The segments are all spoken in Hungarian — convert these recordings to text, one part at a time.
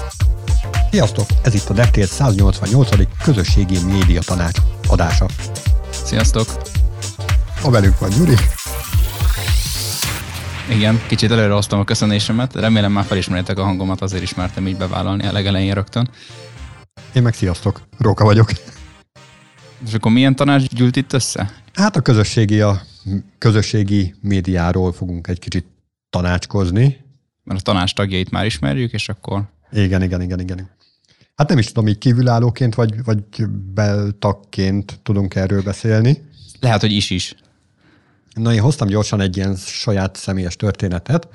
Sziasztok! Ez itt a DevTales 188. közösségi média tanács adása. Sziasztok! A velünk van Gyuri. Igen, kicsit előre hoztam a köszönésemet. Remélem már felismeritek a hangomat, azért ismertem így bevállalni a legelején rögtön. Én meg sziasztok, Róka vagyok. És akkor milyen tanács gyűlt itt össze? Hát a közösségi médiáról fogunk egy kicsit tanácskozni. Mert a tanács tagjait már ismerjük, és akkor... Igen. Hát nem is tudom, így kívülállóként, vagy beltagként tudunk erről beszélni. Lehet, hogy is. Na, én hoztam gyorsan egy ilyen saját személyes történetet,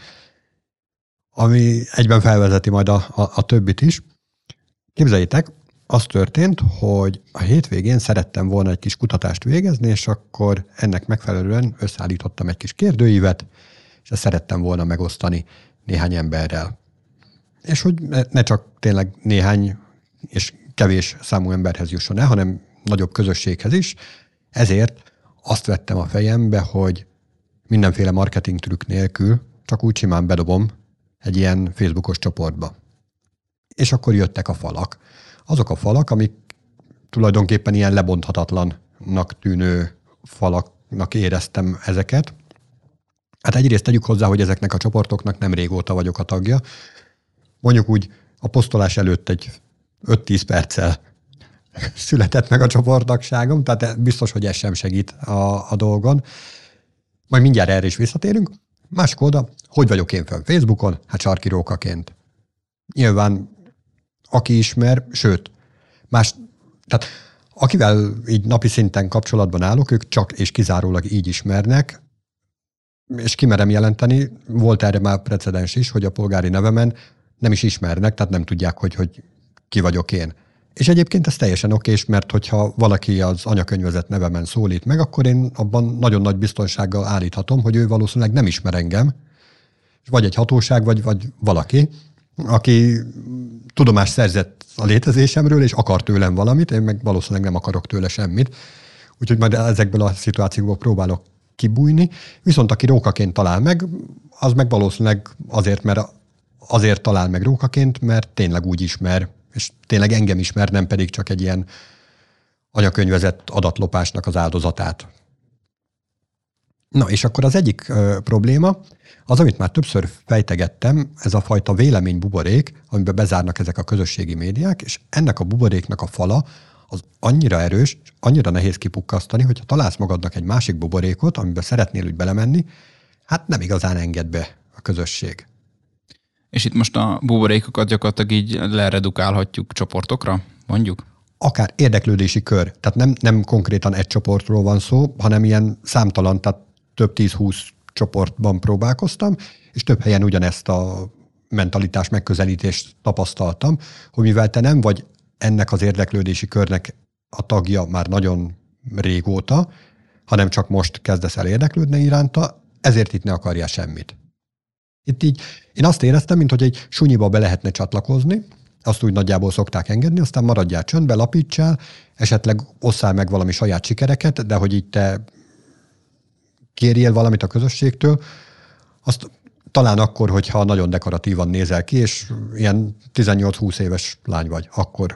ami egyben felvezeti majd a többit is. Képzeljétek, az történt, hogy a hétvégén szerettem volna egy kis kutatást végezni, és akkor ennek megfelelően összeállítottam egy kis kérdőívet, és ezt szerettem volna megosztani néhány emberrel. És hogy ne csak tényleg néhány és kevés számú emberhez jusson el, hanem nagyobb közösséghez is. Ezért azt vettem a fejembe, hogy mindenféle marketing trükk nélkül csak úgy simán bedobom egy ilyen Facebookos csoportba. És akkor jöttek a falak. Azok a falak, amik tulajdonképpen ilyen lebonthatatlannak tűnő falaknak éreztem ezeket. Hát egyrészt tegyük hozzá, hogy ezeknek a csoportoknak nem régóta vagyok a tagja. Mondjuk úgy a posztolás előtt egy 5-10 perccel született meg a csoporttagságom, tehát biztos, hogy ez sem segít a dolgon. Majd mindjárt erre is visszatérünk. Másik oldal, hogy vagyok én fönn Facebookon? Hát Sarki Rókaként. Nyilván aki ismer, sőt, tehát akivel így napi szinten kapcsolatban állok, ők csak és kizárólag így ismernek, és kimerem jelenteni, volt erre már precedens is, hogy a polgári nevemen nem is ismernek, tehát nem tudják, hogy ki vagyok én. És egyébként ez teljesen okés, mert hogyha valaki az anyakönyvezett nevemen szólít meg, akkor én abban nagyon nagy biztonsággal állíthatom, hogy ő valószínűleg nem ismer engem, vagy egy hatóság, vagy valaki, aki tudomást szerzett a létezésemről, és akar tőlem valamit, én meg valószínűleg nem akarok tőle semmit. Úgyhogy majd ezekből a szituációkból próbálok kibújni. Viszont aki Rókaként talál meg, az meg valószínűleg azért talál meg Rókaként, mert tényleg úgy ismer, és tényleg engem ismer, nem pedig csak egy ilyen anyakönyvezett adatlopásnak az áldozatát. Na, és akkor az egyik probléma, az, amit már többször fejtegettem, ez a fajta véleménybuborék, amiben bezárnak ezek a közösségi médiák, és ennek a buboréknak a fala az annyira erős, és annyira nehéz kipukkasztani, hogyha találsz magadnak egy másik buborékot, amiben szeretnél úgy belemenni, hát nem igazán enged be a közösség. És itt most a buborékokat gyakorlatilag így leredukálhatjuk csoportokra, mondjuk? Akár érdeklődési kör. Tehát nem konkrétan egy csoportról van szó, hanem ilyen számtalan, tehát több 10-20 csoportban próbálkoztam, és több helyen ugyanezt a mentalitás megközelítést tapasztaltam, hogy mivel te nem vagy ennek az érdeklődési körnek a tagja már nagyon régóta, hanem csak most kezdesz el érdeklődni iránta, ezért itt ne akarjál semmit. Itt így én azt éreztem, minthogy egy sunyiba be lehetne csatlakozni, azt úgy nagyjából szokták engedni, aztán maradjál csöndbe, lapítsál, esetleg osszál meg valami saját sikereket, de hogy így te kérjél valamit a közösségtől, azt talán akkor, hogyha nagyon dekoratívan nézel ki, és ilyen 18-20 éves lány vagy, akkor.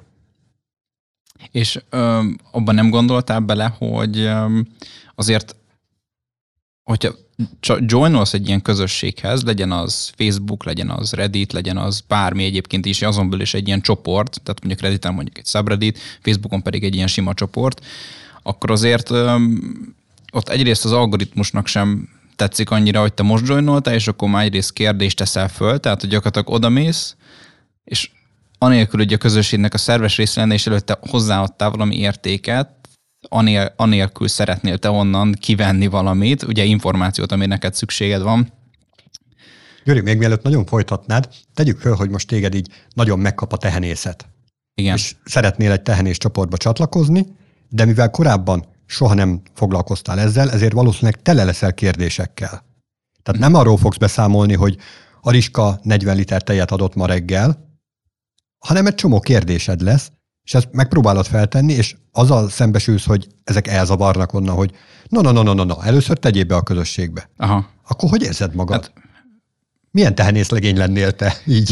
És abban nem gondoltál bele, hogy azért, hogyha joinolsz egy ilyen közösséghez, legyen az Facebook, legyen az Reddit, legyen az bármi egyébként is, azon belül is egy ilyen csoport, tehát mondjuk Redditen mondjuk egy subreddit, Facebookon pedig egy ilyen sima csoport, akkor azért ott egyrészt az algoritmusnak sem tetszik annyira, hogy te most joinoltál, és akkor már egyrészt kérdést teszel föl, tehát hogy gyakorlatilag odamész, és anélkül, hogy a közösségnek a szerves része lenne, és előtte hozzáadtál valami értéket, anélkül szeretnél te onnan kivenni valamit, ugye információt, amire neked szükséged van. Gyuri, még mielőtt nagyon folytatnád, tegyük föl, hogy most téged így nagyon megkap a tehenészet. Igen. És szeretnél egy tehenés csoportba csatlakozni, de mivel korábban soha nem foglalkoztál ezzel, ezért valószínűleg tele leszel kérdésekkel. Tehát nem arról fogsz beszámolni, hogy Ariska 40 liter tejet adott ma reggel, hanem egy csomó kérdésed lesz, és ezt megpróbálod feltenni, és azzal szembesülsz, hogy ezek elzavarnak onnan, hogy no, először tegyél be a közösségbe. Aha. Akkor hogy érzed magad? Hát, milyen tehenészlegény lennél te így?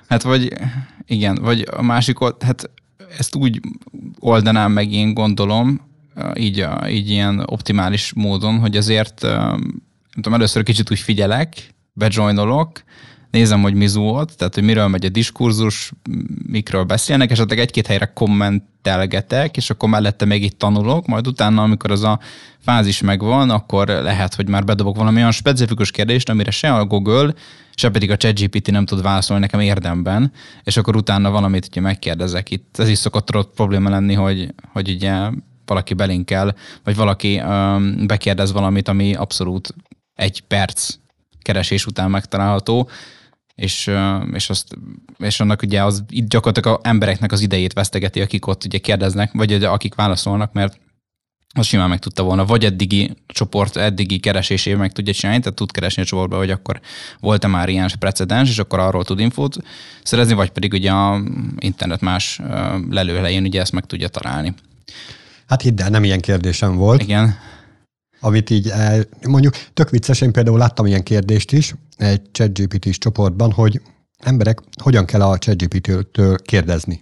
Hát vagy igen, vagy a másik, hát ezt úgy oldanám meg, én gondolom, így ilyen optimális módon, hogy azért, nem tudom, először kicsit úgy figyelek, bejoinolok, nézem, hogy mi volt, tehát hogy miről megy a diskurzus, mikről beszélnek, esetleg egy-két helyre kommentelgetek, és akkor mellette még itt tanulok, majd utána, amikor az a fázis megvan, akkor lehet, hogy már bedobok valami olyan specifikus kérdést, amire se a Google, se pedig a ChatGPT nem tud válaszolni nekem érdemben, és akkor utána valamit ugye megkérdezek. Itt ez is szokott probléma lenni, hogy ugye valaki belinkel, vagy valaki bekérdez valamit, ami abszolút 1 perc keresés után megtalálható, és annak ugye az itt gyakorlatilag az embereknek az idejét vesztegeti, akik ott ugye kérdeznek, vagy akik válaszolnak, mert az simán meg tudta volna, vagy eddigi csoport, eddigi keresésével meg tudja csinálni, tehát tud keresni a csoportba, hogy akkor volt-e már ilyen precedens, és akkor arról tud infót szerezni, vagy pedig ugye a internet más lelőhelyén ugye ezt meg tudja találni. Hát hidd el, nem ilyen kérdésem volt. Igen. Amit így, mondjuk tök vicces, én például láttam ilyen kérdést is egy ChatGPT-s csoportban, hogy emberek, hogyan kell a ChatGPT-től kérdezni.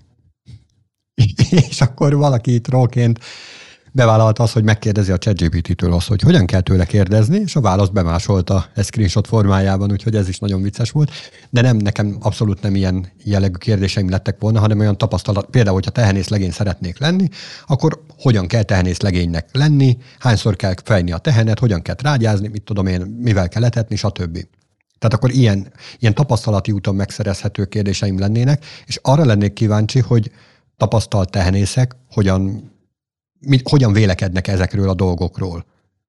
És akkor valaki trollként bevállalta azt, hogy megkérdezi a ChatGPT-től azt, hogy hogyan kell tőle kérdezni, és a választ bemásolta egy screenshot formájában, úgyhogy ez is nagyon vicces volt. De nem, nekem abszolút nem ilyen jellegű kérdéseim lettek volna, hanem olyan tapasztalat, például, hogyha tehenészlegény szeretnék lenni, akkor hogyan kell tehenészlegénynek lenni, hányszor kell fejni a tehenet, hogyan kell trágyázni, mit tudom én, mivel kell etetni, stb. Tehát akkor ilyen tapasztalati úton megszerezhető kérdéseim lennének, és arra lennék kíváncsi, hogy tapasztalt tehenészek hogyan vélekednek ezekről a dolgokról.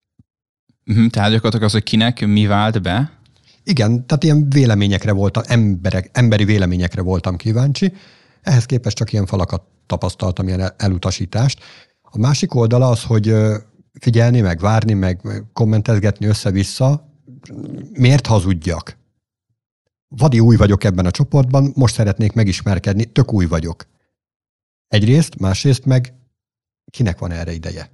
Tehát gyakorlatilag az, hogy kinek mi vált be? Igen, tehát ilyen véleményekre voltam, emberi véleményekre voltam kíváncsi. Ehhez képest csak ilyen falakat tapasztaltam, ilyen elutasítást. A másik oldala az, hogy figyelni, meg várni, meg kommentezgetni össze-vissza, miért hazudjak? Vadi új vagyok ebben a csoportban, most szeretnék megismerkedni, tök új vagyok. Egyrészt, másrészt meg kinek van erre ideje?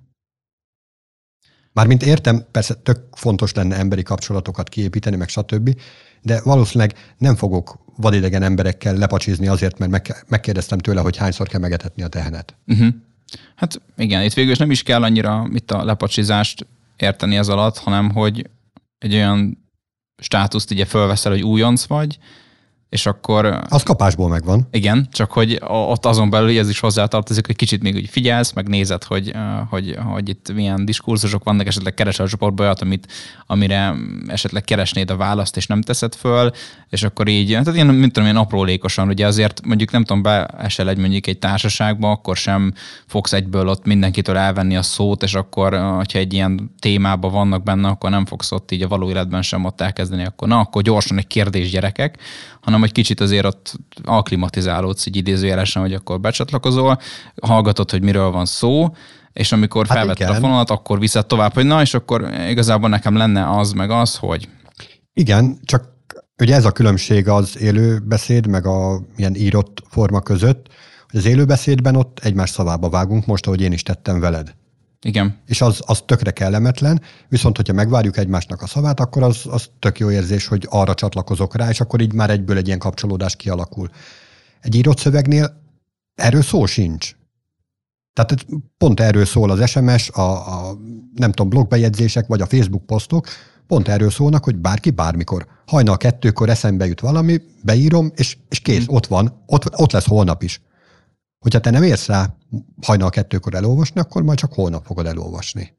Mármint értem, persze tök fontos lenne emberi kapcsolatokat kiépíteni, meg stb., de valószínűleg nem fogok vadidegen emberekkel lepacsizni azért, mert megkérdeztem tőle, hogy hányszor kell megetetni a tehenet. Hát igen, itt végül is nem is kell annyira itt a lepacsizást érteni ez alatt, hanem hogy egy olyan státuszt ugye fölveszel, hogy újonc vagy, és akkor... Az kapásból megvan. Igen, csak hogy ott azon belül ez is hozzátartozik, hogy kicsit még úgy figyelsz, meg nézed, hogy itt milyen diskurzusok vannak, esetleg keresel a csoportba olyat, amire esetleg keresnéd a választ, és nem teszed föl, és akkor így, tehát ilyen, mint tudom, ilyen aprólékosan, ugye azért mondjuk nem tudom, beesel mondjuk egy társaságba, akkor sem fogsz egyből ott mindenkitől elvenni a szót, és akkor, hogyha egy ilyen témában vannak benne, akkor nem fogsz ott így a való életben sem ott elkezdeni, akkor gyorsan egy kérdés, gyerekek, hanem hogy kicsit azért ott akklimatizálódsz, így idézőjelesen, hogy akkor becsatlakozol, hallgatod, hogy miről van szó, és amikor felvetted a fonalat, akkor viszed tovább, hogy na, és akkor igazából nekem lenne az, meg az, hogy... Igen, csak ugye ez a különbség az élőbeszéd, meg a ilyen írott forma között, hogy az élőbeszédben ott egymás szavába vágunk, most, ahogy én is tettem veled. Igen. És az tökre kellemetlen, viszont hogyha megvárjuk egymásnak a szavát, akkor az tök jó érzés, hogy arra csatlakozok rá, és akkor így már egyből egy ilyen kapcsolódás kialakul. Egy írott szövegnél erről szó sincs. Tehát pont erről szól az SMS, a nem tudom, blogbejegyzések, vagy a Facebook posztok, pont erről szólnak, hogy bárki bármikor. Hajnal 2-kor eszembe jut valami, beírom, és kész, ott van, ott lesz holnap is. Hogyha te nem érsz rá hajnal 2-kor elolvasni, akkor majd csak holnap fogod elolvasni.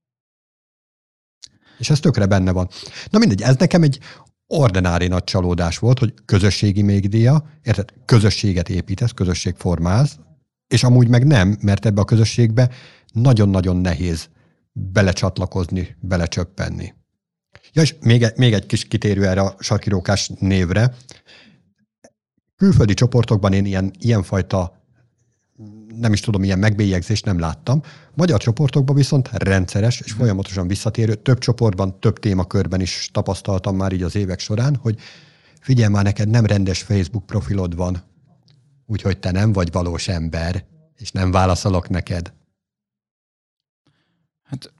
És ez tökre benne van. Na mindegy, ez nekem egy ordinári nagy csalódás volt, hogy közösségi média, érted? Közösséget építesz, közösség formálsz, és amúgy meg nem, mert ebbe a közösségbe nagyon-nagyon nehéz belecsatlakozni, belecsöppenni. Ja, és még egy kis kitérő erre a sarkirókás névre. Külföldi csoportokban én ilyenfajta nem is tudom, ilyen megbélyegzést nem láttam. Magyar csoportokban viszont rendszeres és folyamatosan visszatérő, több csoportban, több témakörben is tapasztaltam már így az évek során, hogy figyelj már, neked nem rendes Facebook profilod van, úgyhogy te nem vagy valós ember, és nem válaszolok neked. Hát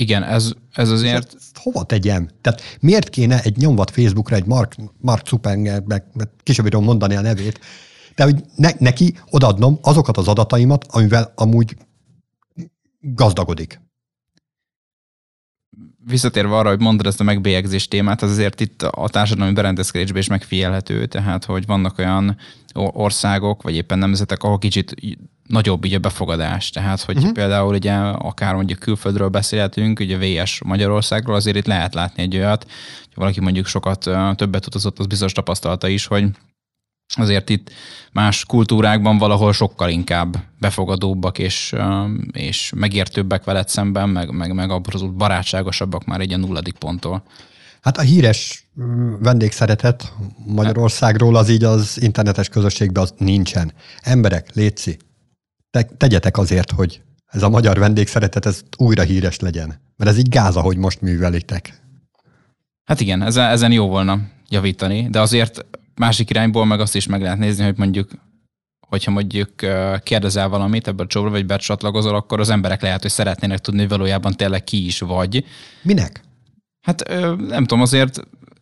Igen, ez azért... Ezt hova tegyem? Tehát miért kéne egy nyomvat Facebookra egy Mark Zuckerberg, később tudom mondani a nevét, de hogy neki odaadnom azokat az adataimat, amivel amúgy gazdagodik. Visszatérve arra, hogy mondod ezt a megbélyegzés témát, az azért itt a társadalmi berendezkedésben is megfigyelhető, tehát hogy vannak olyan országok, vagy éppen nemzetek, ahol kicsit nagyobb így a befogadás. Tehát, hogy például ugye akár mondjuk külföldről beszélhetünk, ugye VS Magyarországról, azért itt lehet látni egy olyat, hogy valaki mondjuk sokat többet utazott, az biztos tapasztalata is, hogy azért itt más kultúrákban valahol sokkal inkább befogadóbbak és megértőbbek veled szemben, meg abszolút barátságosabbak már egy a 0. ponttól. Hát a híres vendégszeretet Magyarországról az így az internetes közösségben az nincsen. Emberek, létszi, tegyetek azért, hogy ez a magyar vendégszeretet ez újra híres legyen. Mert ez így gáz, ahogy most művelitek. Hát igen, ezen jó volna javítani, de azért másik irányból meg azt is meg lehet nézni, hogy hogyha mondjuk kérdezel valamit ebből a csoportba, vagy becsatlakozol, akkor az emberek lehet, hogy szeretnének tudni, hogy valójában tényleg ki is vagy. Minek? Hát nem tudom, azért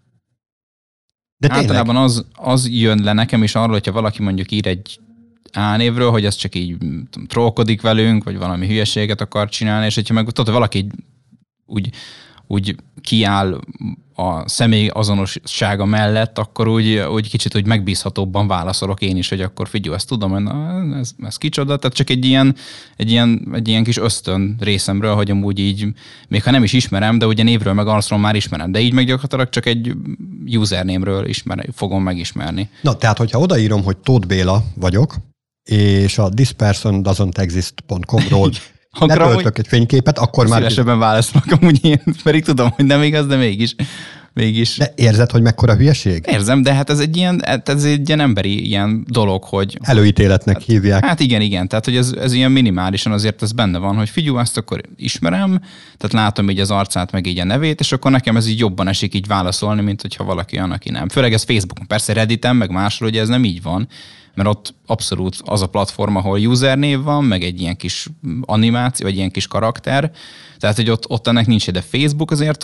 de általában az jön le nekem is arról, hogyha valaki mondjuk ír egy álnévről, hogy ez csak így trollkodik velünk, vagy valami hülyeséget akar csinálni, és hogyha meg tudod, valaki úgy kiáll a személy azonossága mellett, akkor úgy kicsit úgy megbízhatóbban válaszolok én is, hogy akkor figyelj, ezt tudom, hogy ez kicsoda, tehát csak egy ilyen kis ösztön részemről, hogy amúgy így, még ha nem is ismerem, de ugye névről meg arcról már ismerem, de így meg gyakorlatilag csak egy username-ről fogom megismerni. Na, tehát hogyha odaírom, hogy Tóth Béla vagyok, és a thispersondoesn'texist.com-ról letöltök egy fényképet, akkor már... Szívesebben válaszolok amúgy én, pedig tudom, hogy nem igaz, de mégis. De érzed, hogy mekkora hülyeség? Érzem, de hát ez egy ilyen emberi ilyen dolog, hogy... Előítéletnek hívják. Hát igen, tehát hogy ez ilyen minimálisan azért ez benne van, hogy figyelj, azt akkor ismerem, tehát látom így az arcát, meg így a nevét, és akkor nekem ez így jobban esik így válaszolni, mint hogyha valaki aki nem. Főleg ez Facebookon, persze Redditen, meg máshol, ugye ez nem így van, mert ott abszolút az a platform, ahol usernév van, meg egy ilyen kis animáció, vagy ilyen kis karakter, tehát hogy ott ennek nincs, de Facebook azért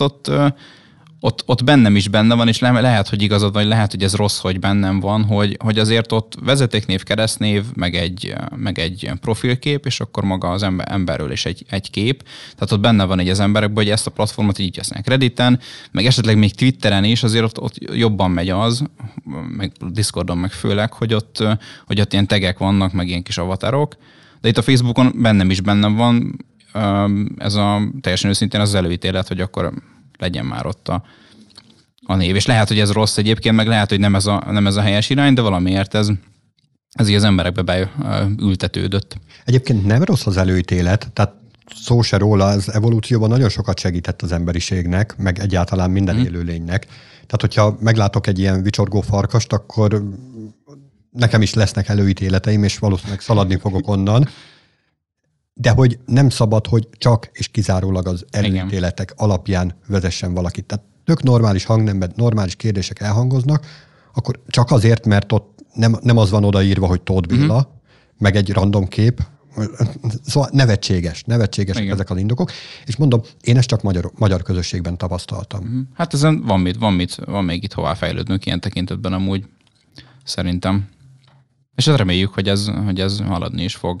ott bennem is benne van, és lehet, hogy igazad van, lehet, hogy ez rossz, hogy bennem van, hogy azért ott vezetéknév, keresztnév, meg egy profilkép, és akkor maga az emberről is egy kép. Tehát ott benne van egy az emberekben, hogy ezt a platformot így használják Redditen, meg esetleg még Twitteren is, azért ott jobban megy az, meg Discordon meg főleg, hogy ott ilyen tegek vannak, meg ilyen kis avatarok. De itt a Facebookon bennem is bennem van, ez teljesen őszintén az előítélet, hogy akkor legyen már ott a név. És lehet, hogy ez rossz egyébként, meg lehet, hogy nem ez a helyes irány, de valamiért ez így az emberekbe beültetődött. Egyébként nem rossz az előítélet, tehát szó se róla, az evolúcióban nagyon sokat segített az emberiségnek, meg egyáltalán minden élőlénynek. Tehát, hogyha meglátok egy ilyen vicsorgó farkast, akkor nekem is lesznek előítéleteim, és valószínűleg szaladni fogok onnan. De hogy nem szabad, hogy csak és kizárólag az előítéletek alapján vezessen valakit. Tehát tök normális hangnemben, normális kérdések elhangoznak, akkor csak azért, mert ott nem az van odaírva, hogy Tóth Béla, meg egy random kép. Szóval nevetségesek ezek az indokok. És mondom, én ezt csak magyar közösségben tapasztaltam. Hát ezen van még itt hová fejlődnünk ilyen tekintetben amúgy, szerintem. És ezt reméljük, hogy ez haladni is fog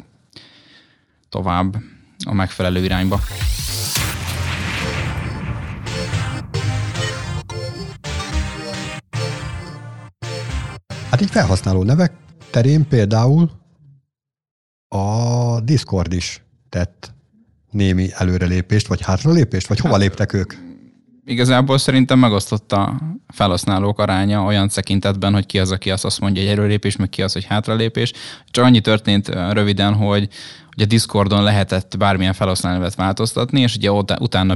tovább a megfelelő irányba. Hát így felhasználó nevek terén például a Discord is tett némi előrelépést, vagy hátralépést, vagy hova léptek ők? Igazából szerintem megosztott a felhasználók aránya olyan tekintetben, hogy ki az, aki azt mondja, hogy előrelépés, meg ki az, hogy hátralépés. Csak annyi történt röviden, hogy a Discordon lehetett bármilyen felhasználó nevet változtatni, és ugye utána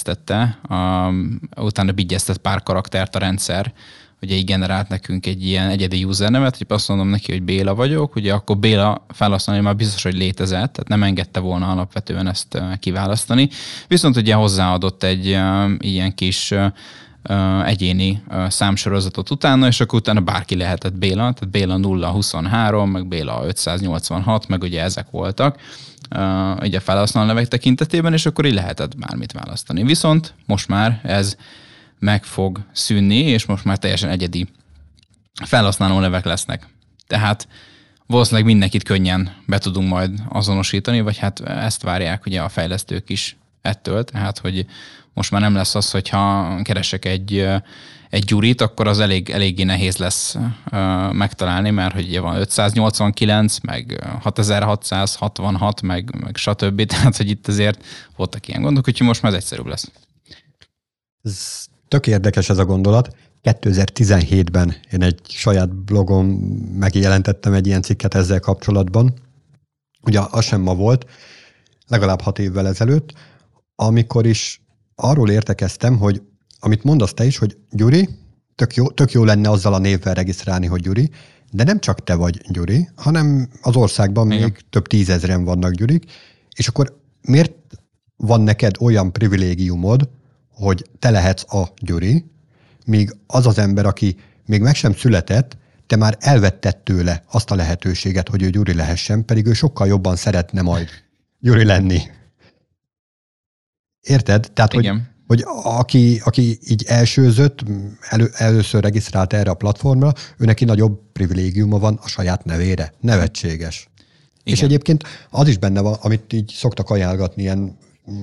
bigyeztett pár karaktert a rendszer, ugye így generált nekünk egy ilyen egyedi usernevet, hogy azt mondom neki, hogy Béla vagyok, ugye akkor Béla felhasználó már biztos, hogy létezett, tehát nem engedte volna alapvetően ezt kiválasztani. Viszont ugye hozzáadott egy ilyen kis egyéni számsorozatot utána, és akkor utána bárki lehetett Béla, tehát Béla 023, meg Béla 586, meg ugye ezek voltak. ugye a felhasználó nevek tekintetében, és akkor így lehetett bármit választani. Viszont most már ez meg fog szűnni, és most már teljesen egyedi felhasználó nevek lesznek. Tehát valószínűleg mindenkit könnyen be tudunk majd azonosítani, vagy hát ezt várják ugye a fejlesztők is ettől, tehát hogy most már nem lesz az, hogyha keresek egy Gyurit, akkor az eléggé nehéz lesz megtalálni, mert hogy van 589, meg 6666, meg stb. Tehát, hogy itt azért voltak ilyen gondok, úgyhogy most már ez egyszerűbb lesz. Ez tök érdekes ez a gondolat. 2017-ben én egy saját blogon megjelentettem egy ilyen cikket ezzel kapcsolatban. Ugye az sem ma volt, legalább 6 évvel ezelőtt, amikor is arról értekeztem, hogy amit mondasz te is, hogy Gyuri, tök jó lenne azzal a névvel regisztrálni, hogy Gyuri, de nem csak te vagy Gyuri, hanem az országban még több 10 000 vannak Gyurik, és akkor miért van neked olyan privilégiumod, hogy te lehetsz a Gyuri, míg az az ember, aki még meg sem született, te már elvetted tőle azt a lehetőséget, hogy ő Gyuri lehessen, pedig ő sokkal jobban szeretne majd Gyuri lenni. Érted? Tehát, hogy aki így elsőzött, először regisztrált erre a platformra, ő neki nagyobb privilégiuma van a saját nevére. Nevetséges. Igen. És egyébként az is benne van, amit így szoktak ajánlgatni ilyen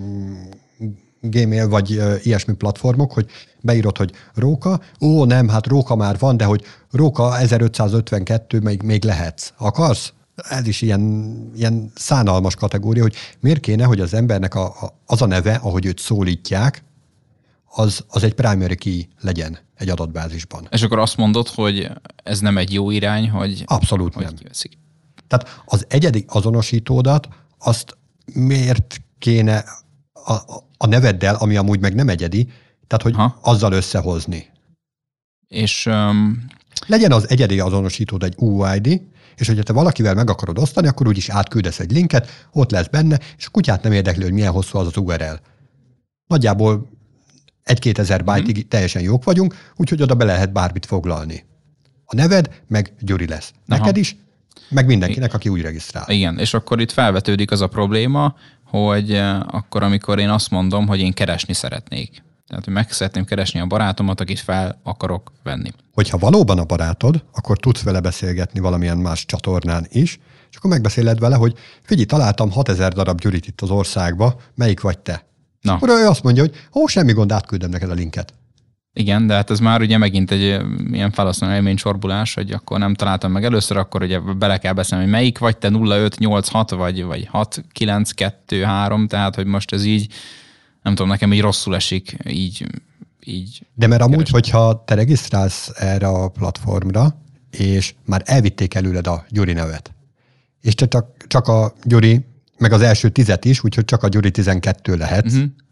Gmail vagy ilyesmi platformok, hogy beírod, hogy Róka, nem, hát Róka már van, de hogy Róka 1552 még lehetsz. Akarsz? Ez is ilyen szánalmas kategória, hogy miért kéne, hogy az embernek az a neve, ahogy őt szólítják, az egy primary key legyen egy adatbázisban. És akkor azt mondod, hogy ez nem egy jó irány, hogy... Abszolút nem. Kiveszik. Tehát az egyedi azonosítódat, azt miért kéne a neveddel, ami amúgy meg nem egyedi, tehát hogy azzal összehozni. És... Legyen az egyedi azonosítód egy UID, és hogyha te valakivel meg akarod osztani, akkor úgyis átküldesz egy linket, ott lesz benne, és a kutyát nem érdekli, hogy milyen hosszú az URL. Nagyjából 1-2 ezer byte-ig teljesen jók vagyunk, úgyhogy oda be lehet bármit foglalni. A neved meg Gyuri lesz. Neked is, meg mindenkinek, aki úgy regisztrál. Igen, és akkor itt felvetődik az a probléma, hogy akkor, amikor én azt mondom, hogy én keresni szeretnék. Tehát, hogy meg szeretném keresni a barátomat, akit fel akarok venni. Hogyha valóban a barátod, akkor tudsz vele beszélgetni valamilyen más csatornán is, és akkor megbeszéled vele, hogy figyelj, találtam 6000 darab Gyurit itt az országba, melyik vagy te? Na. Akkor ő azt mondja, hogy semmi gond, átküldöm neked a linket. Igen, de hát ez már ugye megint egy ilyen felhasználó élmény csorbulás, hogy akkor nem találtam meg először, akkor ugye bele kell beszélni, hogy melyik vagy te, 0586 vagy 6923, tehát hogy most ez így, nem tudom, nekem így rosszul esik, így. De mert amúgy, hogyha te regisztrálsz erre a platformra, és már elvitték előled a Gyuri nevet, és te csak a Gyuri, meg az első 10 is, úgyhogy csak a Gyuri 12 lehetsz.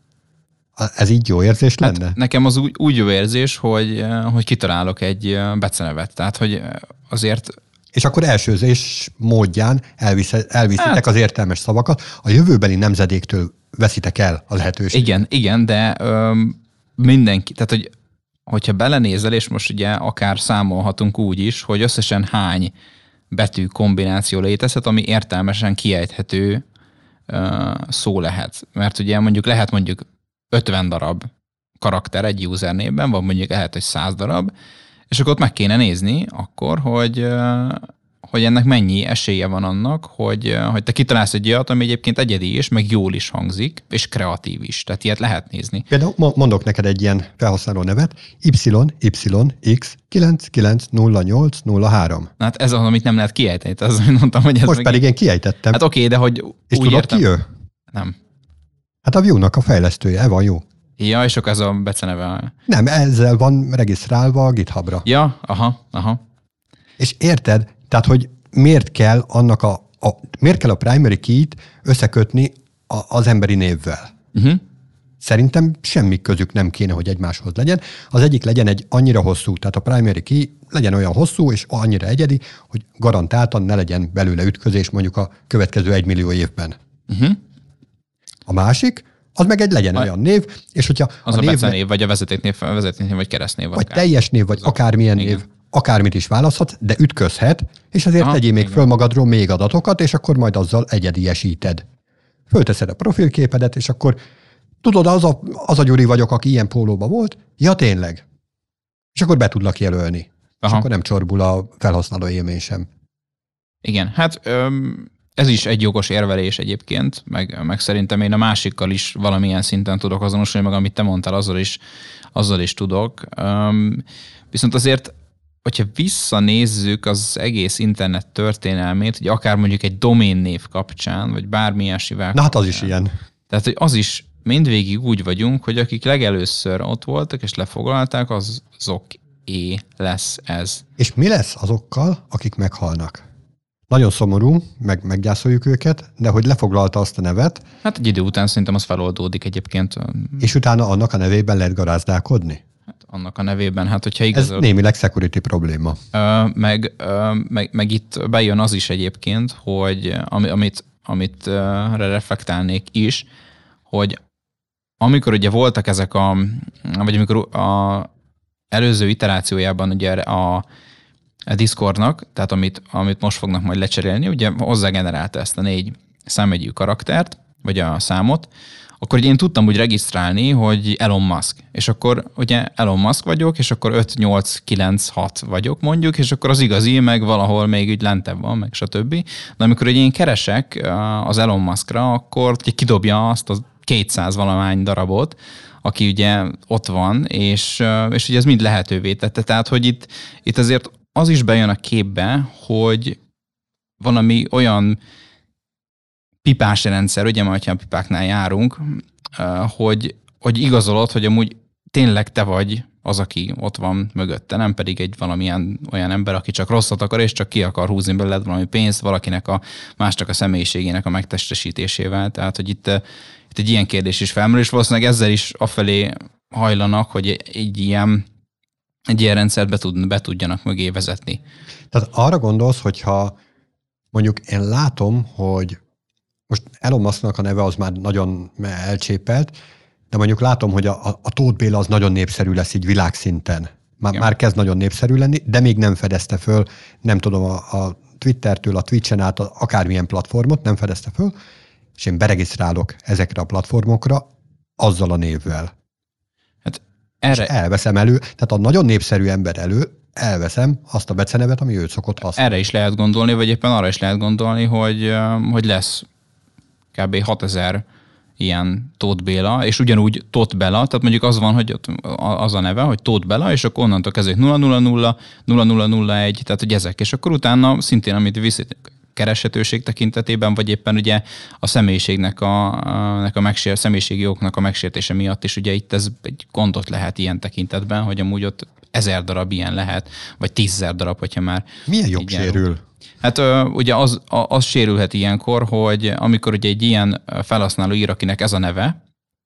Ez így jó érzés lenne? Hát nekem az úgy jó érzés, hogy kitalálok egy becenevet. Tehát, hogy azért... És akkor elsőzés módján elviszitek az értelmes szavakat, a jövőbeli nemzedéktől veszitek el a lehetőséget. Igen, de mindenki, tehát hogyha belenézel, és most ugye akár számolhatunk úgy is, hogy összesen hány betű kombináció létezhet, ami értelmesen kiejthető szó lehet. Mert ugye lehet mondjuk 50 darab karakter egy usernévben, vagy mondjuk lehet, hogy 100 darab, és akkor ott meg kéne nézni akkor, hogy ennek mennyi esélye van annak, hogy te kitalálsz egy olyat, ami egyébként egyedi is, meg jól is hangzik, és kreatív is. Tehát ilyet lehet nézni. Például mondok neked egy ilyen felhasználó nevet, YYX990803. Hát ez az, amit nem lehet kiejteni. Az, amit mondtam, hogy ez most pedig én kiejtettem. Hát oké, de hogy és úgy tudod, értem? ki ő? Nem. Hát a Vue-nak a fejlesztője, Eva jó. Ja, és akkor ez a beceneve. Nem, ezzel van regisztrálva a GitHubra. Ja, aha. És érted? Tehát, hogy miért kell miért kell a primary key-t összekötni az emberi névvel? Szerintem semmi közük nem kéne, hogy egymáshoz legyen. Az egyik legyen egy annyira hosszú, tehát a primary key legyen olyan hosszú és annyira egyedi, hogy garantáltan ne legyen belőle ütközés mondjuk a következő 1 millió évben. A másik, az meg legyen olyan név, és hogyha az a becenév, vagy a vezetéknév, vagy keresztnév. Vagy teljes név, vagy akármilyen név, akármit is választhat, de ütközhet, és azért tegyél még föl magadról még adatokat, és akkor majd azzal egyediesíted fölteszed a profilképedet, és akkor tudod, az a Gyuri vagyok, aki ilyen pólóba volt, ja tényleg. És akkor be tudlak jelölni. Aha. És akkor nem csorbul a felhasználó élmény sem. Igen, hát ez is egy jogos érvelés egyébként, meg szerintem én a másikkal is valamilyen szinten tudok azonosulni, meg amit te mondtál, azzal is tudok. Viszont azért, hogyha visszanézzük az egész internet történelmét, hogy akár mondjuk egy doménnév kapcsán, vagy bármilyen sivel. Na hát az is ilyen. Tehát, hogy az is mindvégig úgy vagyunk, hogy akik legelőször ott voltak és lefoglalták, azoké lesz ez. És mi lesz azokkal, akik meghalnak? Nagyon szomorú, meggyászoljuk őket, de hogy lefoglalta azt a nevet. Hát egy idő után szerintem az feloldódik egyébként. És utána annak a nevében lehet garázdálkodni? Hát annak a nevében, hát hogyha igaz... Ez némileg security probléma. Meg itt bejön az is egyébként, hogy amit reflektálnék is, hogy amikor ugye voltak ezek vagy amikor a előző iterációjában ugye a Discordnak, tehát amit most fognak majd lecserélni, ugye hozzágenerálta ezt a 4 számjegyű karaktert, vagy a számot, akkor ugye én tudtam úgy regisztrálni, hogy Elon Musk. És akkor ugye Elon Musk vagyok, és akkor 5, 8, 9, 6 vagyok mondjuk, és akkor az igazi meg valahol még úgy lentebb van, meg stb. De amikor ugye én keresek az Elon Muskra, akkor ugye kidobja azt a 200 valamány darabot, aki ugye ott van, és ugye ez mind lehetővé tette. Tehát, hogy itt azért az is bejön a képbe, hogy valami olyan pipás rendszer, ugye majd, ha a pipáknál járunk, hogy igazolod, hogy amúgy tényleg te vagy az, aki ott van mögötte, nem pedig egy valamilyen olyan ember, aki csak rosszat akar, és csak ki akar húzni belőled valami pénzt valakinek másnak a személyiségének a megtestesítésével. Tehát, hogy itt egy ilyen kérdés is felmerül, és valószínűleg ezzel is afelé hajlanak, hogy egy ilyen rendszert be tudjanak mögé vezetni. Tehát arra gondolsz, hogyha mondjuk én látom, hogy most Elon Musknak a neve az már nagyon elcsépelt, de mondjuk látom, hogy a Tóth Béla az nagyon népszerű lesz így világszinten. Már kezd nagyon népszerű lenni, de még nem fedezte föl, nem tudom, a Twittertől, a Twitchen át, akármilyen platformot nem fedezte föl, és én beregisztrálok ezekre a platformokra azzal a névvel. Hát erre... És elveszem elő, tehát a nagyon népszerű ember elveszem azt a becenevet, ami őt szokott használni. Erre is lehet gondolni, vagy éppen arra is lehet gondolni, hogy lesz kb. 6000 ilyen Tóth Béla, és ugyanúgy Tóth Bela, tehát mondjuk az van, hogy ott az a neve, hogy Tóth Bela, és akkor onnantól kezdve 000, 0001, tehát hogy ezek, és akkor utána szintén, amit viszont kereshetőség tekintetében, vagy éppen ugye a személyiségnek személyiségi jogoknak a megsértése miatt is, ugye itt ez egy gondot lehet ilyen tekintetben, hogy amúgy ott 1000 darab ilyen lehet, vagy 10 000 darab, hogyha már... Milyen jog sérül? Hát ugye az sérülhet ilyenkor, hogy amikor ugye egy ilyen felhasználó ír, akinek ez a neve,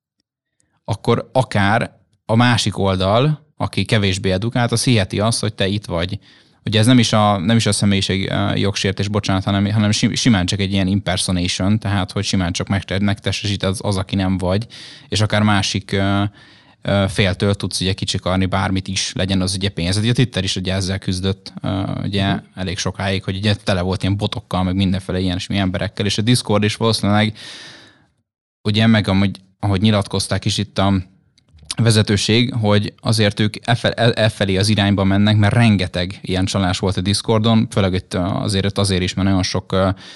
akkor akár a másik oldal, aki kevésbé edukált, az hiheti azt, hogy te itt vagy. Ugye ez nem is a személyiség jogsértés, bocsánat, hanem simán csak egy ilyen impersonation, tehát hogy simán csak megtestesít az, aki nem vagy, és akár másik féltől tudsz ugye kicsikarni bármit is, legyen az ugye pénz. A Twitter is ugye ezzel küzdött ugye elég sokáig, hogy ugye tele volt ilyen botokkal, meg mindenféle ilyen emberekkel, és a Discord is valószínűleg ugye meg ahogy nyilatkozták is itt a vezetőség, hogy azért ők elfelé az irányba mennek, mert rengeteg ilyen csalás volt a Discordon, főleg itt azért is, mert nagyon sok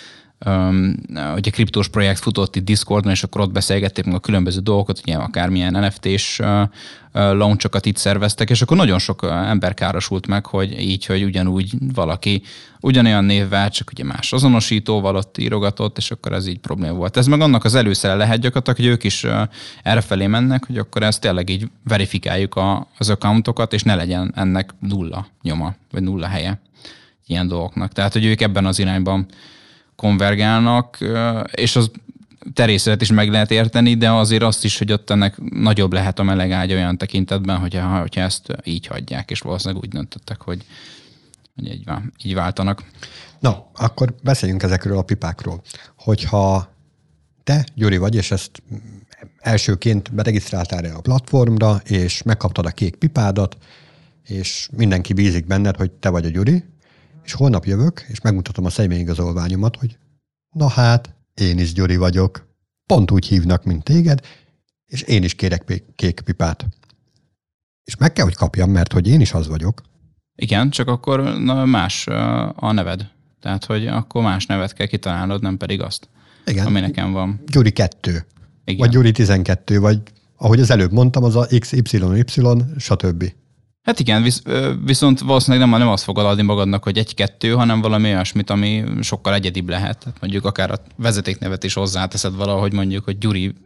ugye kriptós projekt futott itt Discordon, és akkor ott beszélgették meg a különböző dolgokat, ugye akármilyen NFT-s launchokat itt szerveztek, és akkor nagyon sok ember károsult meg, hogy ugyanúgy valaki ugyanolyan névvel, csak ugye más azonosítóval ott írogatott, és akkor ez így probléma volt. Ez meg annak az előszere lehet gyakorlatilag, hogy ők is errefelé mennek, hogy akkor ezt tényleg így verifikáljuk az accountokat, és ne legyen ennek nulla nyoma, vagy nulla helye ilyen dolgoknak. Tehát, hogy ők ebben az irányban konvergálnak, és az terészeret is meg lehet érteni, de azért azt is, hogy ott ennek nagyobb lehet a melegágy olyan tekintetben, hogyha ezt így hagyják, és valószínűleg úgy döntöttek, hogy így váltanak. Na, akkor beszéljünk ezekről a pipákról. Hogyha te, Gyuri vagy, és ezt elsőként beregisztráltál a platformra, és megkaptad a kék pipádat, és mindenki bízik benned, hogy te vagy a Gyuri, és holnap jövök, és megmutatom a személyigazolványomat, hogy na hát, én is Gyuri vagyok. pont úgy hívnak, mint téged, és én is kérek kék pipát. És meg kell, hogy kapjam, mert hogy én is az vagyok. Igen, csak akkor más a neved. Tehát, hogy akkor más nevet kell kitalálnod, nem pedig azt, igen. Ami nekem van. Gyuri 2. Igen. Vagy Gyuri 12, vagy ahogy az előbb mondtam, az a XYY, stb. Hát igen, viszont valószínűleg nem azt fogod adni magadnak, hogy 1-2, hanem valami olyasmit, ami sokkal egyedibb lehet. Tehát mondjuk akár a vezetéknevet is hozzáteszed valahogy mondjuk, hogy Gyuri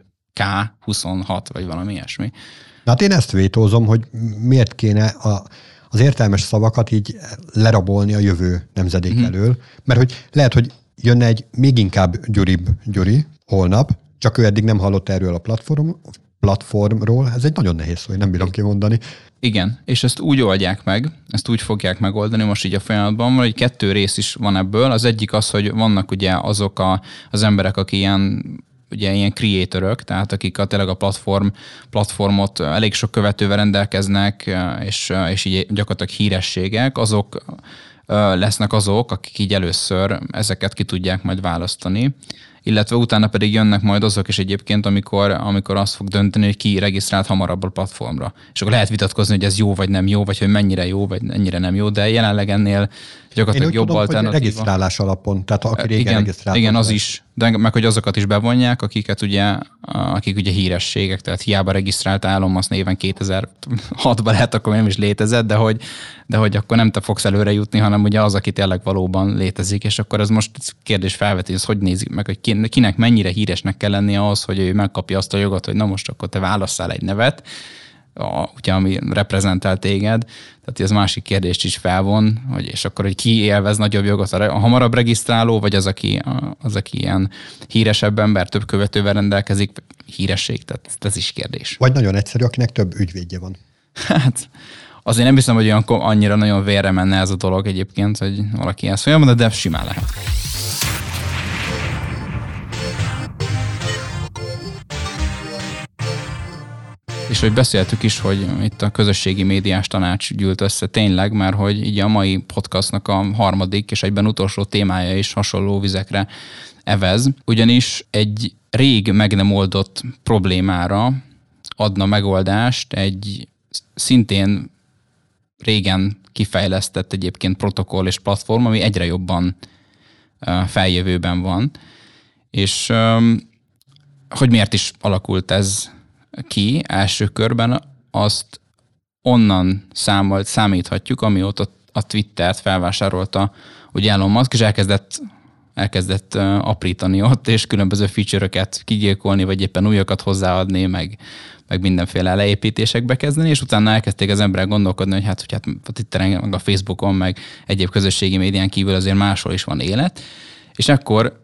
K26, vagy valami ilyesmi. Na hát én ezt vétózom, hogy miért kéne az értelmes szavakat így lerabolni a jövő nemzedék elől, mert hogy lehet, hogy jönne egy még inkább Gyuri holnap, csak ő eddig nem hallott erről a platformról, ez egy nagyon nehéz szó, én nem bírom kimondani. Igen, és ezt úgy oldják meg, ezt úgy fogják megoldani most így a folyamatban, hogy 2 rész is van ebből. Az egyik az, hogy vannak ugye azok az emberek, akik ilyen creatorök, tehát akik tényleg a platformot elég sok követővel rendelkeznek, és így gyakorlatilag hírességek, azok lesznek azok, akik így először ezeket ki tudják majd választani, illetve utána pedig jönnek majd azok is egyébként, amikor azt fog dönteni, hogy ki regisztrált hamarabb a platformra. És akkor lehet vitatkozni, hogy ez jó vagy nem jó, vagy hogy mennyire jó, vagy mennyire nem jó, de jelenleg ennél gyakorlatilag jobb alternatíva. Hogy regisztrálás alapon, tehát aki régen regisztrált. Igen, az is, de meg hogy azokat is bevonják, akik ugye hírességek, tehát hiába regisztrált Elon Musk néven 2006-ban lehet, akkor nem is létezett, de hogy akkor nem te fogsz előre jutni, hanem ugye az, aki tényleg valóban létezik, és akkor ez most kérdés felveti, hogy nézik meg, hogy kinek mennyire híresnek kell lennie ahhoz, hogy ő megkapja azt a jogot, hogy na most akkor te válasszál egy nevet, ugye, ami reprezentál téged, tehát ez másik kérdést is felvon, és akkor, hogy ki élvez nagyobb jogot, a hamarabb regisztráló, vagy az, aki ilyen híresebb ember, több követővel rendelkezik, híresség, tehát ez is kérdés. Vagy nagyon egyszerű, akinek több ügyvédje van. Hát azért nem hiszem, hogy annyira nagyon vérre menne ez a dolog egyébként, hogy valaki ezt mondja, de simán lehet. És hogy beszéltük is, hogy itt a közösségi médiás tanács gyűlt össze tényleg, mert hogy így a mai podcastnak a harmadik és egyben utolsó témája is hasonló vizekre evez, ugyanis egy rég meg nem oldott problémára adna megoldást egy szintén régen kifejlesztett egyébként protokoll és platform, ami egyre jobban feljövőben van. És hogy miért is alakult ez ki első körben, azt onnan számíthatjuk, amióta a Twittert felvásárolta ugye Elon Musk, és elkezdett aprítani ott, és különböző feature-öket kigyilkolni, vagy éppen újakat hozzáadni, meg mindenféle leépítésekbe kezdeni, és utána elkezdték az emberek gondolkodni, hogy hát a Twitteren, meg a Facebookon, meg egyéb közösségi médián kívül azért máshol is van élet. És akkor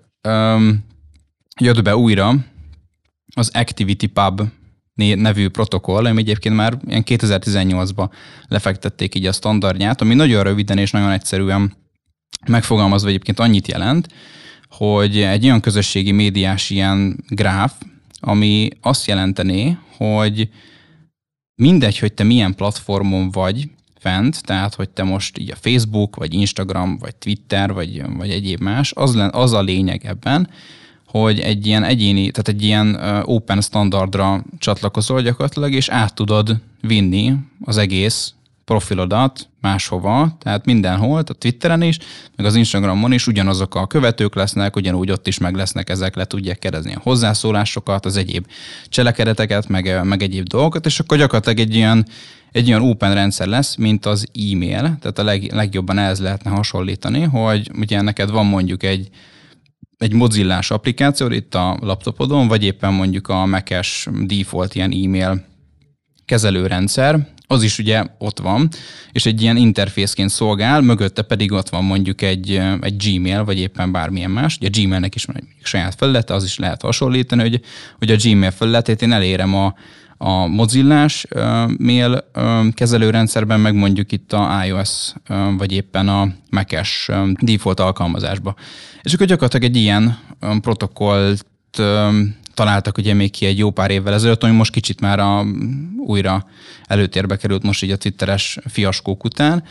jött be újra az ActivityPub nevű protokoll, ami egyébként már ilyen 2018-ban lefektették így a standardját, ami nagyon röviden és nagyon egyszerűen megfogalmazva egyébként annyit jelent, hogy egy olyan közösségi médiás ilyen gráf, ami azt jelenteni, hogy mindegy, hogy te milyen platformon vagy fent, tehát hogy te most így a Facebook, vagy Instagram, vagy Twitter, vagy egyéb más, az a lényeg ebben, hogy egy ilyen egyéni, tehát egy ilyen open standardra csatlakozol gyakorlatilag, és át tudod vinni az egész profilodat máshova, tehát mindenhol, a Twitteren is, meg az Instagramon is ugyanazok a követők lesznek, ugyanúgy ott is meg lesznek, ezek le tudják kérdezni a hozzászólásokat, az egyéb cselekedeteket, meg egyéb dolgokat, és akkor gyakorlatilag egy olyan open rendszer lesz, mint az e-mail, tehát a legjobban ehhez lehetne hasonlítani, hogy ugye neked van mondjuk egy Mozilla-s applikáció itt a laptopodon, vagy éppen mondjuk a Mac-es default ilyen e-mail kezelőrendszer, az is ugye ott van, és egy ilyen interfészként szolgál, mögötte pedig ott van mondjuk egy Gmail, vagy éppen bármilyen más. Ugye a Gmailnek is van egy saját felülete, az is lehet hasonlítani, hogy a Gmail felületét én elérem a Mozilla-s mail kezelőrendszerben, meg mondjuk itt a iOS, vagy éppen a Mac-es default alkalmazásba. És akkor gyakorlatilag egy ilyen protokollt találtak ugye még ki egy jó pár évvel ezelőtt, ami most kicsit már újra előtérbe került most így a twitteres fiaskók után,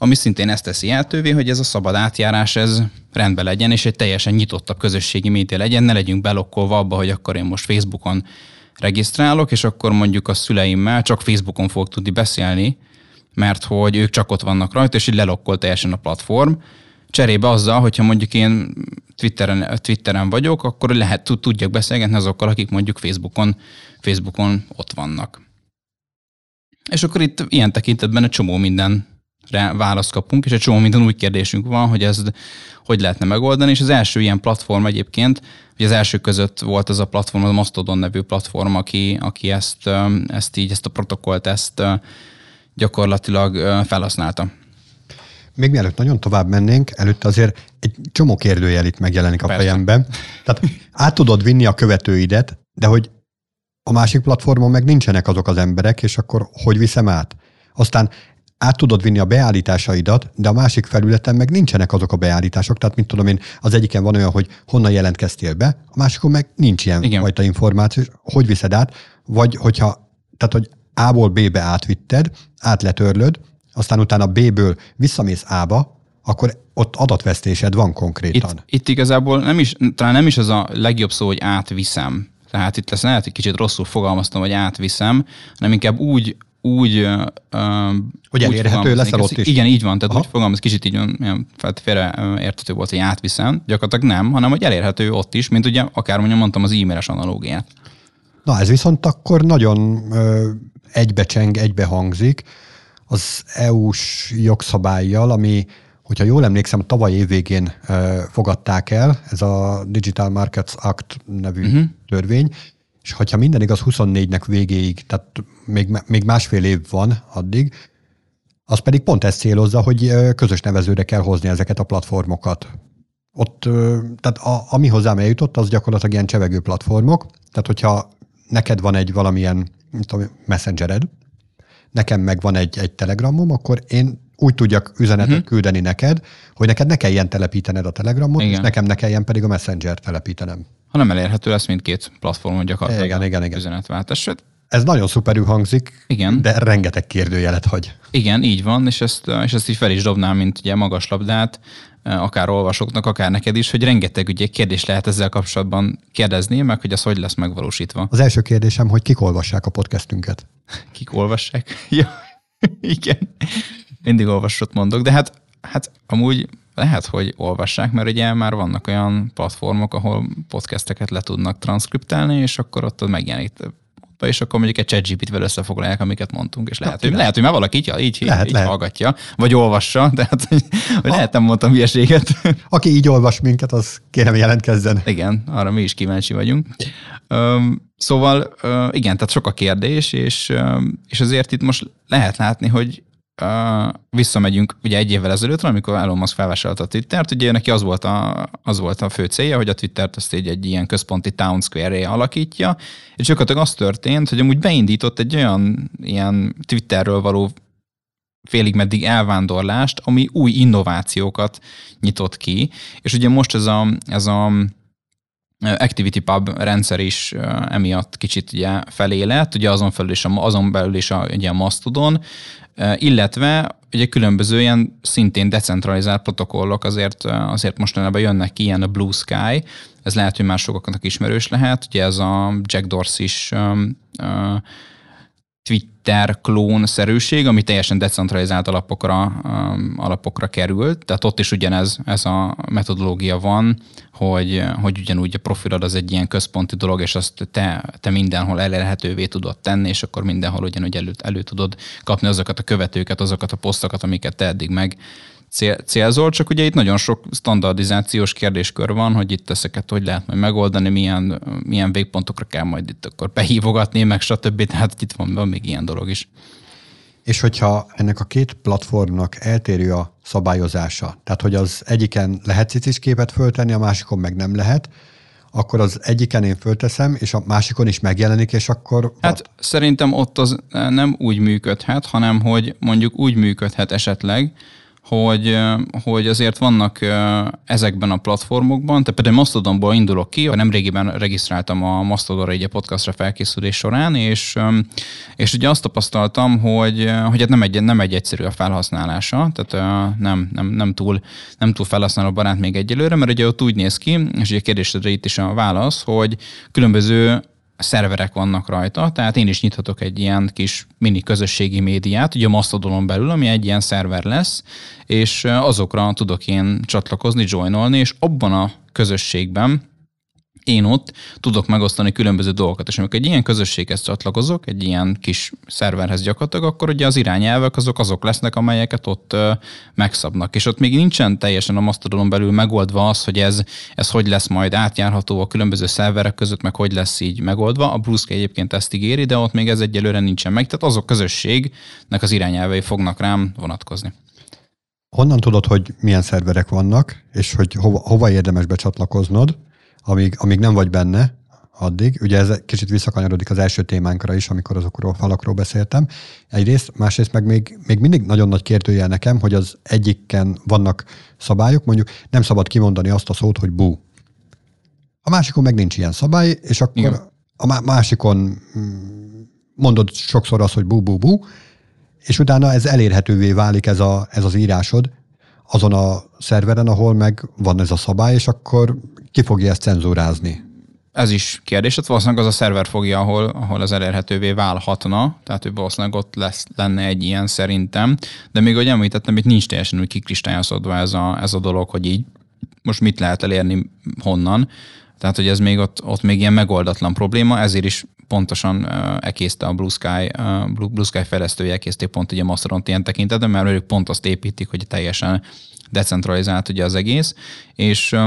ami szintén ezt teszi lehetővé, hogy ez a szabad átjárás ez rendben legyen, és egy teljesen nyitottabb közösségi média legyen, ne legyünk belokkolva abba, hogy akkor én most Facebookon regisztrálok, és akkor mondjuk a szüleimmel csak Facebookon fogok tudni beszélni, mert hogy ők csak ott vannak rajta, és így lelokkol teljesen a platform. Cserébe azzal, hogyha mondjuk én Twitteren vagyok, akkor tudjak beszélgetni azokkal, akik mondjuk Facebookon ott vannak. És akkor itt ilyen tekintetben egy csomó mindenre választ kapunk, és egy csomó minden új kérdésünk van, hogy ezt hogy lehetne megoldani, és az első ilyen platform egyébként, ugye az első között volt ez a platform, az a Mastodon nevű platform, aki ezt a protokollt gyakorlatilag felhasználta. Még mielőtt nagyon tovább mennénk, előtte azért egy csomó kérdőjel itt megjelenik a fejemben. Tehát át tudod vinni a követőidet, de hogy a másik platformon meg nincsenek azok az emberek, és akkor hogy viszem át? Aztán át tudod vinni a beállításaidat, de a másik felületen meg nincsenek azok a beállítások. Tehát, mint tudom én, az egyiken van olyan, hogy honnan jelentkeztél be, a másikon meg nincs ilyen fajta információ. Hogy viszed át? Vagy tehát, hogy A-ból B-be átvitted, átletörlöd, aztán utána B-ből visszamész A-ba, akkor ott adatvesztésed van konkrétan. Itt igazából talán nem is az a legjobb szó, hogy átviszem. Tehát itt lehet, hogy kicsit rosszul fogalmaztam, hogy átviszem, hanem inkább úgy hogy elérhető leszel ott is. Igen, így van. Tehát úgy fogalmaz, kicsit így félre értető volt, hogy átviszem. Gyakorlatilag nem, hanem hogy elérhető ott is, mint ugye akár mondtam az e-mailes analógiát. Na ez viszont akkor nagyon egybecseng, egybehangzik az EU-s jogszabállyal, ami, hogyha jól emlékszem, tavaly év végén fogadták el, ez a Digital Markets Act nevű törvény, és hogyha minden igaz 24-nek végéig, tehát még másfél év van addig, az pedig pont ezt célozza, hogy közös nevezőre kell hozni ezeket a platformokat. Ott, tehát ami hozzám eljutott, az gyakorlatilag ilyen csevegő platformok, tehát hogyha neked van egy valamilyen messengered, nekem meg van egy telegramom, akkor én úgy tudjak üzenetet küldeni neked, hogy neked ne kelljen telepítened a telegramot, igen. És nekem ne kelljen pedig a messenger telepítenem. Hanem elérhető lesz mindkét platformon gyakorlatilag igen. üzenetváltás. Ez nagyon szuperül hangzik, igen. De rengeteg kérdőjelet hagy. Igen, így van, és ezt így fel is dobnám, mint ugye magaslabdát, akár olvasóknak, akár neked is, hogy rengeteg ugye kérdés lehet ezzel kapcsolatban kérdezni, meg hogy az hogy lesz megvalósítva. Az első kérdésem, hogy kik olvassák a podcastünket? Kik olvassák? Ja, igen. Mindig olvasott mondok, de hát amúgy lehet, hogy olvassák, mert ugye már vannak olyan platformok, ahol podcasteket le tudnak transzkriptálni, és akkor ott megjelenít, és akkor mondjuk egy ChatGPT-vel összefoglalják, amiket mondtunk, és lehet, hogy már valaki így hallgatja, vagy olvassa, tehát hogy lehet, nem mondtam hülyeséget. Aki így olvas minket, az kérem jelentkezzen. Igen, arra mi is kíváncsi vagyunk. Szóval igen, tehát sok a kérdés, és azért itt most lehet látni, hogy visszamegyünk ugye egy évvel ezelőtt, amikor Elon Musk felvásárolta a Twittert, ugye neki az volt a fő célja, hogy a Twittert azt egy ilyen központi town square-ré alakítja, és gyakorlatilag az történt, hogy amúgy beindított egy olyan ilyen Twitterről való félig meddig elvándorlást, ami új innovációkat nyitott ki, és ugye most ez a Activity Pub rendszer is emiatt kicsit ugye felé lett, ugye azon belül is ugye a Mastodon, illetve ugye különböző ilyen szintén decentralizált protokollok azért mostanában jönnek ki, ilyen a Blue Sky, ez lehet, hogy már sokaknak ismerős lehet, ugye ez a Jack Dorsey-s Twitter klón-szerűség, ami teljesen decentralizált alapokra került, tehát ott is ugyanez ez a metodológia van, hogy ugyanúgy a profilod az egy ilyen központi dolog, és azt te mindenhol elérhetővé tudod tenni, és akkor mindenhol ugyanúgy elő tudod kapni azokat a követőket, azokat a posztokat, amiket te eddig meg célzol, csak ugye itt nagyon sok standardizációs kérdéskör van, hogy itt ezeket hogy lehet majd megoldani, milyen végpontokra kell majd itt akkor behívogatni, meg stb. Tehát itt van még ilyen dolog is. És hogyha ennek a két platformnak eltérő a szabályozása, tehát hogy az egyiken lehet cicis képet föltenni, a másikon meg nem lehet, akkor az egyiken én fölteszem, és a másikon is megjelenik, és akkor... Hát szerintem ott az nem úgy működhet, hanem hogy mondjuk úgy működhet esetleg, hogy azért vannak ezekben a platformokban, tehát például Mastodonból indulok ki, nemrégiben regisztráltam a Mastodonra egy podcastra felkészülés során, és ugye azt tapasztaltam, hogy hát nem egy egyszerű a felhasználása, tehát nem túl felhasználó barát még egyelőre, mert ugye ott úgy néz ki, és ugye a kérdésedre itt is a válasz, hogy különböző szerverek vannak rajta, tehát én is nyithatok egy ilyen kis mini közösségi médiát, ugye a Mastodonon belül, ami egy ilyen szerver lesz, és azokra tudok én csatlakozni, joinolni, és abban a közösségben én ott tudok megosztani különböző dolgokat, és amikor egy ilyen közösséghez csatlakozok, egy ilyen kis szerverhez gyakorlatilag, akkor ugye az irányelvek azok lesznek, amelyeket ott megszabnak. És ott még nincsen teljesen a Mastodonon belül megoldva az, hogy ez hogy lesz majd átjárható a különböző szerverek között, meg hogy lesz így megoldva. A Blue Sky egyébként ezt ígéri, de ott még ez egyelőre nincsen meg, tehát azok közösségnek az irányelvei fognak rám vonatkozni. Honnan tudod, hogy milyen szerverek vannak, és hogy hova érdemes becsatlakoznod, amíg nem vagy benne addig. Ugye ez kicsit visszakanyarodik az első témánkra is, amikor azokról a falakról beszéltem. Egyrészt, másrészt meg még mindig nagyon nagy kérdőjel nekem, hogy az egyiken vannak szabályok, mondjuk nem szabad kimondani azt a szót, hogy bú. A másikon meg nincs ilyen szabály, és akkor igen. A másikon mondod sokszor azt, hogy bú, és utána ez elérhetővé válik ez az írásod azon a szerveren, ahol meg van ez a szabály, és akkor ki fogja ezt cenzúrázni? Ez is kérdés. Hát valószínűleg az a szerver fogja, ahol az elérhetővé válhatna, tehát hogy valószínűleg ott lenne egy ilyen szerintem. De még ahogy említettem, itt nincs teljesen úgy kikristályosodva ez a dolog, hogy így most mit lehet elérni honnan. Tehát, hogy ez még ott még ilyen megoldatlan probléma, ezért is pontosan ekészte a Blue Sky fejlesztője, ekészték pont ugye Mastodont ilyen tekintetben, mert ők pont azt építik, hogy teljesen decentralizált ugye az egész, és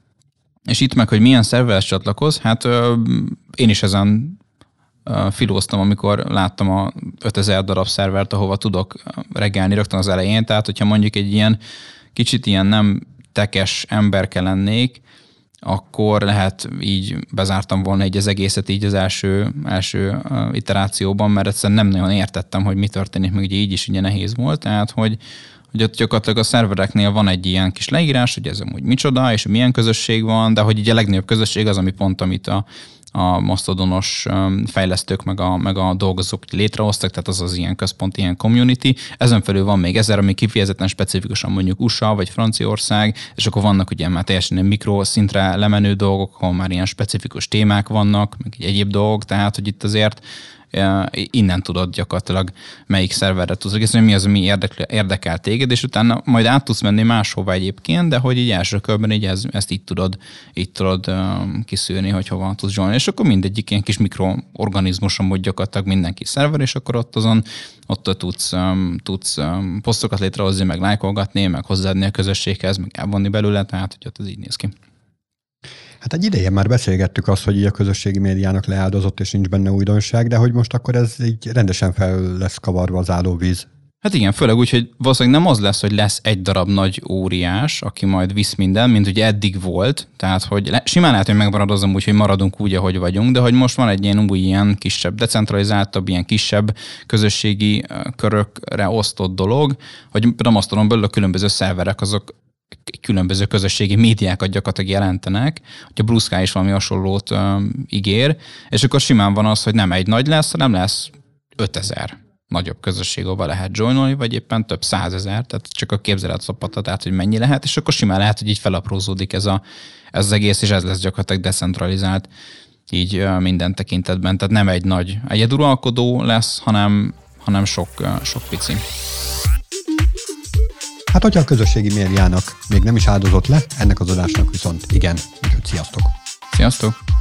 itt meg, hogy milyen szerverhez csatlakoz, hát én is ezen filóztam, amikor láttam a 5000 darab szervert, ahova tudok reggelni rögtön az elején, tehát hogyha mondjuk egy ilyen kicsit ilyen nem tekes emberke lennék, akkor lehet így bezártam volna így az egészet így az első iterációban, mert egyszerűen nem nagyon értettem, hogy mi történik, meg ugye így is ugye nehéz volt, tehát hogy ott gyakorlatilag a szervereknél van egy ilyen kis leírás, hogy ez amúgy micsoda, és milyen közösség van, de hogy így a legnagyobb közösség az, ami pont amit a Mastodonos fejlesztők meg a dolgozók létrehoztak, tehát az ilyen központi, ilyen community. Ezen felül van még 1000, ami kifejezetten specifikusan mondjuk USA vagy Franciaország, és akkor vannak ugye már teljesen ilyen mikroszintre lemenő dolgok, ahol már ilyen specifikus témák vannak, meg egyéb dolgok, tehát hogy itt azért innen tudod gyakorlatilag melyik szerverre tudsz regisztrálni, mi az, ami érdekel téged, és utána majd át tudsz menni máshova egyébként, de hogy így első körben így ezt így tudod kiszűrni, hogy hova tudsz joinni. És akkor mindegyik ilyen kis mikroorganizmus, amúgy gyakorlatilag mindenki szerver, és akkor ott tudsz posztokat létrehozni, meg lájkolgatni, meg hozzáadni a közösséghez, meg elvonni belőle, tehát hogy ott ez így néz ki. Hát egy ideje már beszélgettük azt, hogy így a közösségi médiának leáldozott, és nincs benne újdonság, de hogy most akkor ez így rendesen fel lesz kavarva az állóvíz. Hát igen, főleg úgy, hogy valószínűleg nem az lesz, hogy lesz egy darab nagy óriás, aki majd visz minden, mint ugye eddig volt, tehát hogy simán lehet, hogy megmaradozom úgy, hogy maradunk úgy, ahogy vagyunk, de hogy most van egy ilyen új, ilyen kisebb, decentralizáltabb, ilyen kisebb közösségi körökre osztott dolog, hogy például Mastodonon belül a különböző szerverek azok különböző közösségi médiákat gyakorlatilag jelentenek, hogy a Blue Sky is valami hasonlót ígér, és akkor simán van az, hogy nem egy nagy lesz, hanem lesz 5000 nagyobb közösség, ahol lehet joinolni, vagy éppen több 100 000, tehát csak a képzelet szopata, tehát hogy mennyi lehet, és akkor simán lehet, hogy így felaprózódik ez az egész, és ez lesz gyakorlatilag decentralizált így minden tekintetben. Tehát nem egy nagy egyeduralkodó lesz, hanem sok pici. Hát, hogyha a közösségi médiának még nem is áldozott le, ennek az adásnak viszont igen. Úgyhogy sziasztok! Sziasztok!